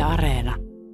Areena.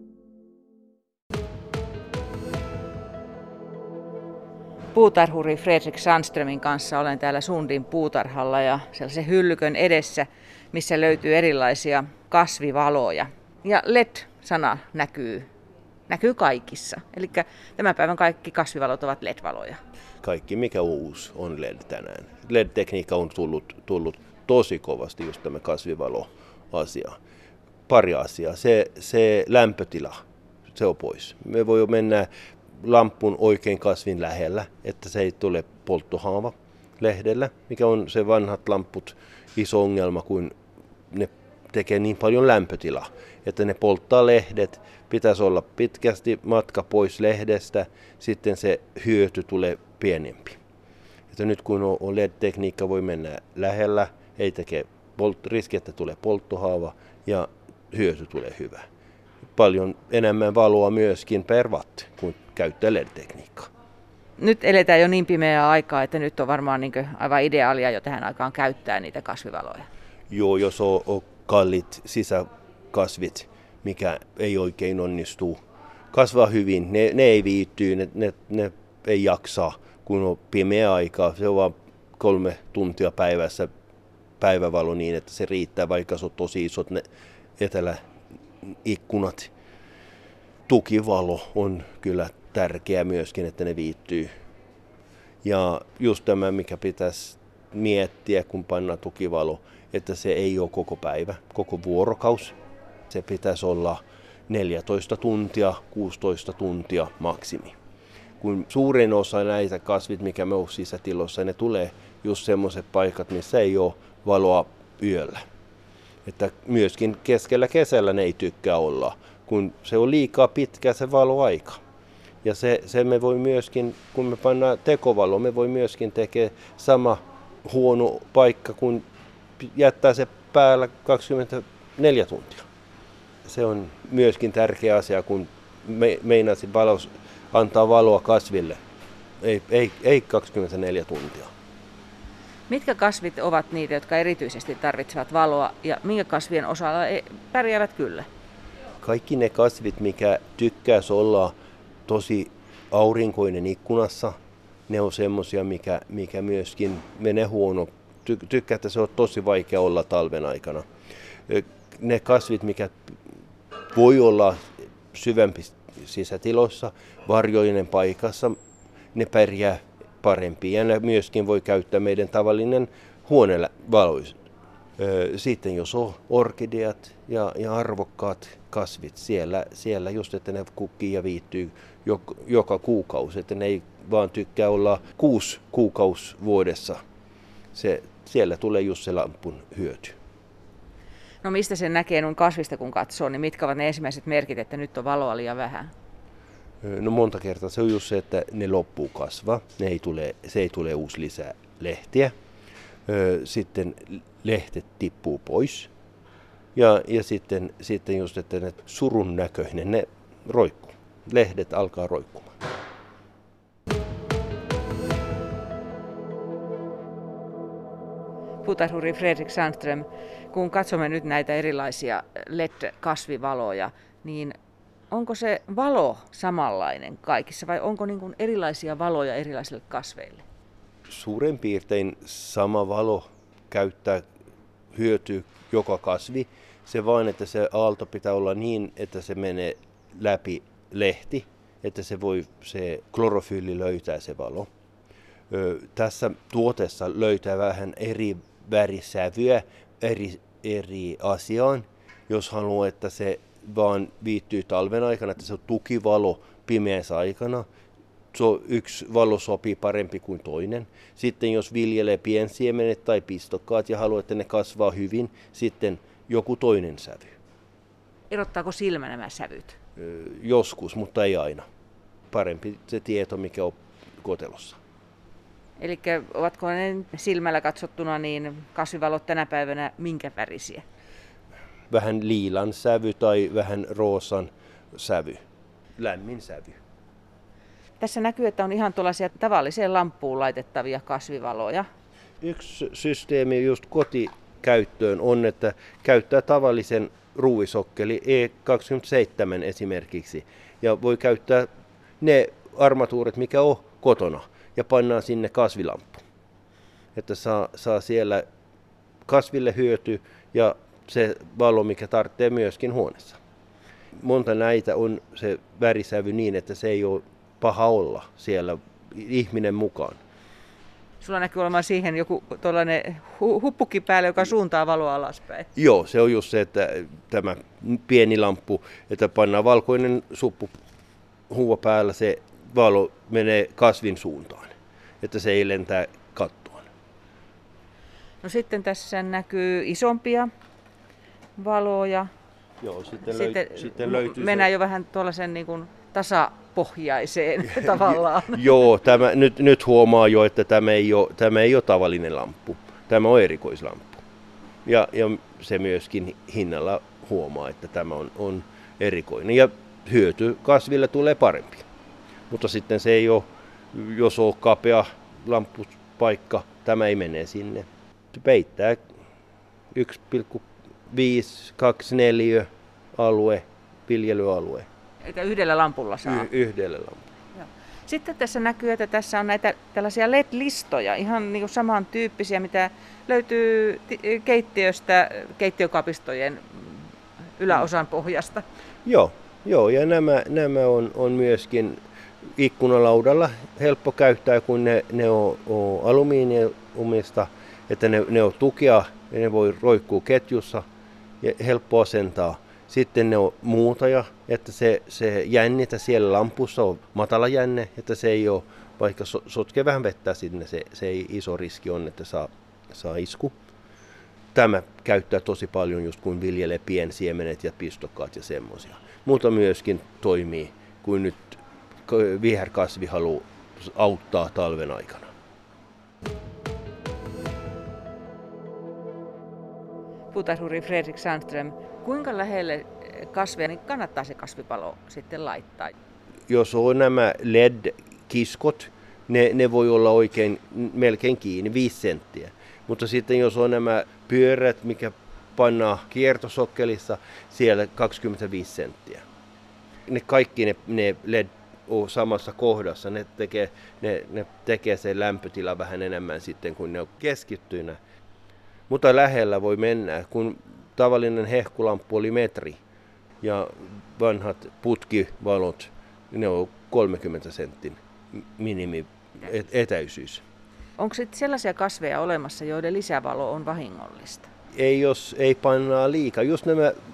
Puutarhuri Fredrik Sandströmin kanssa olen täällä Sundin puutarhalla ja sellaisen hyllykön edessä, missä löytyy erilaisia kasvivaloja. Ja LED-sana näkyy kaikissa. Eli tämän päivän kaikki kasvivalot ovat LED-valoja. Kaikki mikä uusi on LED tänään. LED-tekniikka on tullut tosi kovasti just tämä kasvivalo-asia. Pari asiaa. Se lämpötila, se on pois. Me voi mennä lampun oikein kasvin lähellä, että se ei tule polttohaava lehdellä, mikä on se vanhat lamput iso ongelma, kun ne tekee niin paljon lämpötilaa, että ne polttaa lehdet. Pitäisi olla pitkästi matka pois lehdestä, sitten se hyöty tulee pienempi. Että nyt kun on LED-tekniikka, voi mennä lähellä, ei tekee riski, että tulee polttohaava ja hyöty tulee hyvä. Paljon enemmän valoa myöskin per watt, kun käyttää LED-tekniikkaa. Nyt eletään jo niin pimeää aikaa, että nyt on varmaan aivan ideaalia jo tähän aikaan käyttää niitä kasvivaloja. Joo, jos on kallit sisäkasvit, mikä ei oikein onnistu kasvaa hyvin, ne ei viihtyy, ne ei jaksa, kun on pimeä aika. Se on vain 3 tuntia päivässä päivävalo niin, että se riittää, vaikka se on tosi isot ne eteläikkunat. Tukivalo on kyllä tärkeää myöskin, että ne viihtyy. Ja just tämä, mikä pitäisi miettiä, kun pannaan tukivalo, että se ei ole koko päivä, koko vuorokaus. Se pitäisi olla 14 tuntia, 16 tuntia maksimi. Kun suurin osa näitä kasvit, mikä me on sisätilossa, ne tulee just semmoiset paikat, missä ei ole valoa yöllä. Että myöskin keskellä kesällä ne ei tykkää olla, kun se on liikaa pitkä se valoaika. Ja se me voi myöskin, kun me pannaan tekovalo, me voi myöskin tekee sama huono paikka, kun jättää se päällä 24 tuntia. Se on myöskin tärkeä asia, kun meinasin antaa valoa kasville. Ei 24 tuntia. Mitkä kasvit ovat niitä, jotka erityisesti tarvitsevat valoa ja minkä kasvien osalla pärjäävät kyllä? Kaikki ne kasvit, mikä tykkäisi olla tosi aurinkoinen ikkunassa, ne on semmoisia, mikä myöskin menee huono. Tykkää, että se on tosi vaikea olla talven aikana. Ne kasvit, mikä voi olla syvempi sisätiloissa, varjoinen paikassa, ne pärjää parempi. Ja ne myöskin voi käyttää meidän tavallinen huoneella valoissa. Sitten jos on orkideat ja arvokkaat kasvit, siellä just, että ne kukkii ja viihtyy joka kuukausi, että ne ei vaan tykkää olla 6 kuukausi vuodessa. Siellä tulee just se lampun hyöty. No mistä sen näkee noin kasvista kun katsoo, niin mitkä ovat ne ensimmäiset merkit, että nyt on valoa liian vähän? No monta kertaa se on just se, että ne loppuu kasvaa, se ei tule uusi lisää lehtiä. Sitten lehtet tippuu pois ja sitten just, että ne surun näköinen, ne roikkuu. Lehdet alkaa roikkumaan. Puutarhuri Fredrik Sandström, kun katsomme nyt näitä erilaisia LED-kasvivaloja, niin onko se valo samanlainen kaikissa vai onko erilaisia valoja erilaisille kasveille? Suurin piirtein sama valo hyötyy joka kasvi. Se vain, että se aalto pitää olla niin, että se menee läpi lehti, että se klorofyyli löytää se valo. Tässä tuotessa löytää vähän eri värisävyä eri asiaan, jos haluaa, että se vaan viihtyy talven aikana, että se on tukivalo pimeässä aikana. Yksi valo sopii parempi kuin toinen. Sitten jos viljelee piensiemenet tai pistokkaat ja haluaa, että ne kasvaa hyvin, sitten joku toinen sävy. Erottaako silmä nämä sävyt? Joskus, mutta ei aina. Parempi se tieto, mikä on kotelossa. Eli ovatko ne silmällä katsottuna niin kasvivalot tänä päivänä minkä värisiä? Vähän liilan sävy tai vähän roosan sävy, lämmin sävy. Tässä näkyy, että on ihan tuollaisia tavalliseen lamppuun laitettavia kasvivaloja. Yksi systeemi just kotikäyttöön on, että käyttää tavallisen ruuvisokkeli E27 esimerkiksi. Ja voi käyttää ne armatuurit, mikä on kotona, ja pannaan sinne kasvilamppu. Että saa siellä kasville hyöty ja se valo, mikä tarvitsee myöskin huoneessa. Monta näitä on se värisävy niin, että se ei ole paha olla siellä ihminen mukaan. Sulla näkyy olemaan siihen joku tuollainen huppuki päällä, joka suuntaa valoa alaspäin. Joo, se on just se, että tämä pieni lamppu, että pannaan valkoinen suppu huuva päällä, se valo menee kasvin suuntaan, että se ei lentää kattoon. No sitten tässä näkyy isompia valoja. Joo, sitten löytyy mennään jo vähän tuollaisen niin kuin tasapohjaiseen tavallaan. Joo, nyt huomaa jo, että tämä ei ole tavallinen lamppu. Tämä on erikoislamppu. Ja se myöskin hinnalla huomaa, että tämä on erikoinen. Ja hyöty kasville tulee parempi. Mutta sitten se ei ole, jos on kapea lamppupaikka, tämä ei mene sinne. Se peittää 1,5-2,4 alue, viljelyalue. Eikä yhdellä lampulla saa? Yhdellä lampulla. Joo. Sitten tässä näkyy, että tässä on näitä tällaisia LED-listoja, ihan niin kuin samantyyppisiä, mitä löytyy keittiöstä, keittiökapistojen yläosan pohjasta. Joo, ja nämä on myöskin ikkunalaudalla helppo käyttää, kun ne on alumiiniumista, että ne on tukea ja ne voi roikkua ketjussa ja helppo asentaa. Sitten ne on muutaja, että se jännitä siellä lampussa on matala jänne, että se ei ole, vaikka sotkee vähän vettä sinne, se ei iso riski on, että saa isku. Tämä käyttää tosi paljon just kun viljelee piensiemenet ja pistokkaat ja semmoisia. Mutta myöskin toimii, kun nyt viherkasvi haluaa auttaa talven aikana. Puutarhuri Fredrik Sandström, kuinka lähelle kasveja niin kannattaa se kasvipalo sitten laittaa? Jos on nämä LED-kiskot, ne voi olla oikein melkein kiinni, 5 senttiä. Mutta sitten jos on nämä pyörät, mikä pannaan kiertosokkelissa, siellä 25 senttiä. Kaikki ne LED on samassa kohdassa, ne tekee sen lämpötila vähän enemmän sitten, kun ne on keskittyinä. Mutta lähellä voi mennä, kun tavallinen hehkulamppu oli metri ja vanhat putkivalot, ne on 30 sentin minimi etäisyys. Onko sitten sellaisia kasveja olemassa, joiden lisävalo on vahingollista? Ei, jos ei pannaa liikaa. Just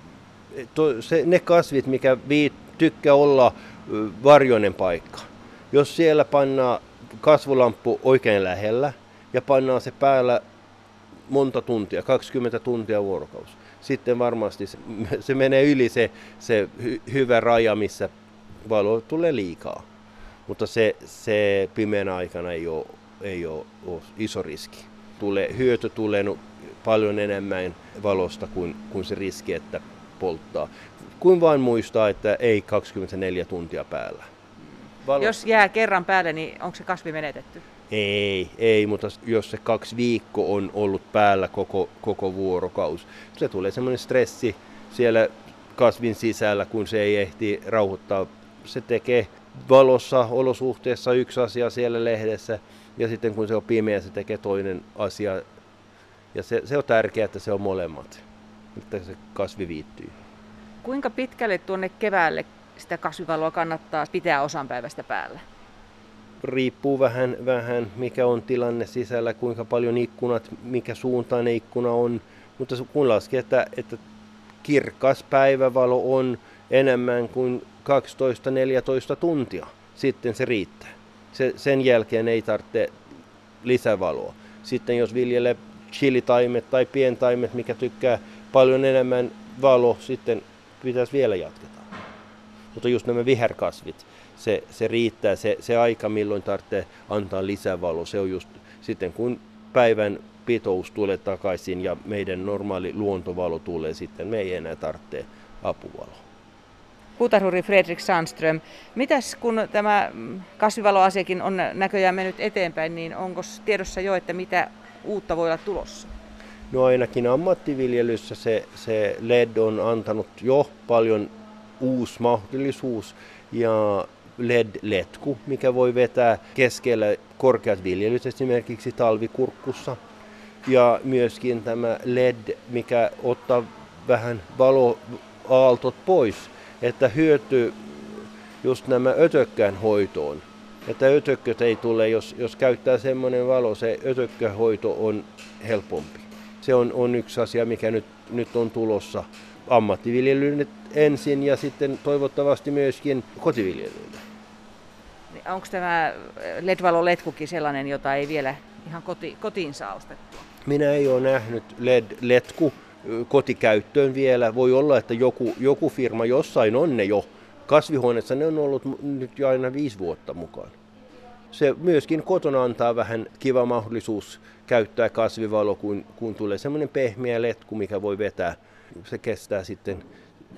ne kasvit, mikä tykkää olla varjoinen paikka. Jos siellä pannaan kasvulamppu oikein lähellä ja pannaan se päällä monta tuntia, 20 tuntia vuorokausi, sitten varmasti se menee yli se hyvä raja, valo tulee liikaa. Mutta se pimeänä aikana ei ole iso riski. Hyöty tulee paljon enemmän valosta kuin se riski, että polttaa. Kun vain muistaa, että ei 24 tuntia päällä. Jos jää kerran päälle, niin onko se kasvi menetetty? Ei, mutta jos se 2 viikkoa on ollut päällä koko vuorokaus, se tulee semmoinen stressi siellä kasvin sisällä, kun se ei ehti rauhoittaa. Se tekee valossa olosuhteessa yksi asia siellä lehdessä, ja sitten kun se on pimeä, se tekee toinen asia. Ja se on tärkeää, että se on molemmat, että se kasvi viihtyy. Kuinka pitkälle tuonne keväälle sitä kasvivaloa kannattaa pitää osan päivästä päällä? Riippuu vähän mikä on tilanne sisällä, kuinka paljon ikkunat, mikä suuntainen ikkuna on. Mutta kun laskee, että kirkas päivävalo on enemmän kuin 12-14 tuntia, sitten se riittää. Sen jälkeen ei tarvitse lisävaloa. Sitten jos viljelee chilitaimet tai pientaimet, mikä tykkää paljon enemmän valoa, sitten pitäisi vielä jatketaan. Mutta just nämä viherkasvit, se riittää, se aika milloin tarvitsee antaa lisävalo, se on just sitten kun päivän pitous tulee takaisin ja meidän normaali luontovalo tulee, sitten me ei enää tarvitse apuvaloa. Puutarhuri Fredrik Sandström, mitäs kun tämä kasvivaloasiakin on näköjään mennyt eteenpäin, niin onko tiedossa jo, että mitä uutta voi olla tulossa? No ainakin ammattiviljelyssä se LED on antanut jo paljon uusi mahdollisuus ja LED-letku, mikä voi vetää keskellä korkeat viljelyt esimerkiksi talvikurkkussa. Ja myöskin tämä LED, mikä ottaa vähän valoaaltot pois, että hyötyy just nämä ötökkään hoitoon. Että ötökköt ei tule, jos käyttää semmoinen valo, se ötökköhoito on helpompi. Se on yksi asia, mikä nyt on tulossa ammattiviljelyyn ensin ja sitten toivottavasti myöskin kotiviljelyyn. Onko tämä LED-valoletkukin sellainen, jota ei vielä ihan kotiin saa ostettua? Minä ei ole nähnyt LED-letku kotikäyttöön vielä. Voi olla, että joku firma jossain on ne jo. Kasvihuoneessa ne on ollut nyt jo aina 5 vuotta mukaan. Se myöskin kotona antaa vähän kiva mahdollisuus käyttää kasvivalo, kun tulee semmoinen pehmeä letku, mikä voi vetää. Se kestää sitten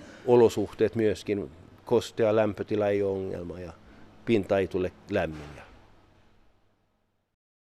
olosuhteet myöskin. Kostea lämpötila ei ole ongelma ja pinta ei tule lämmin.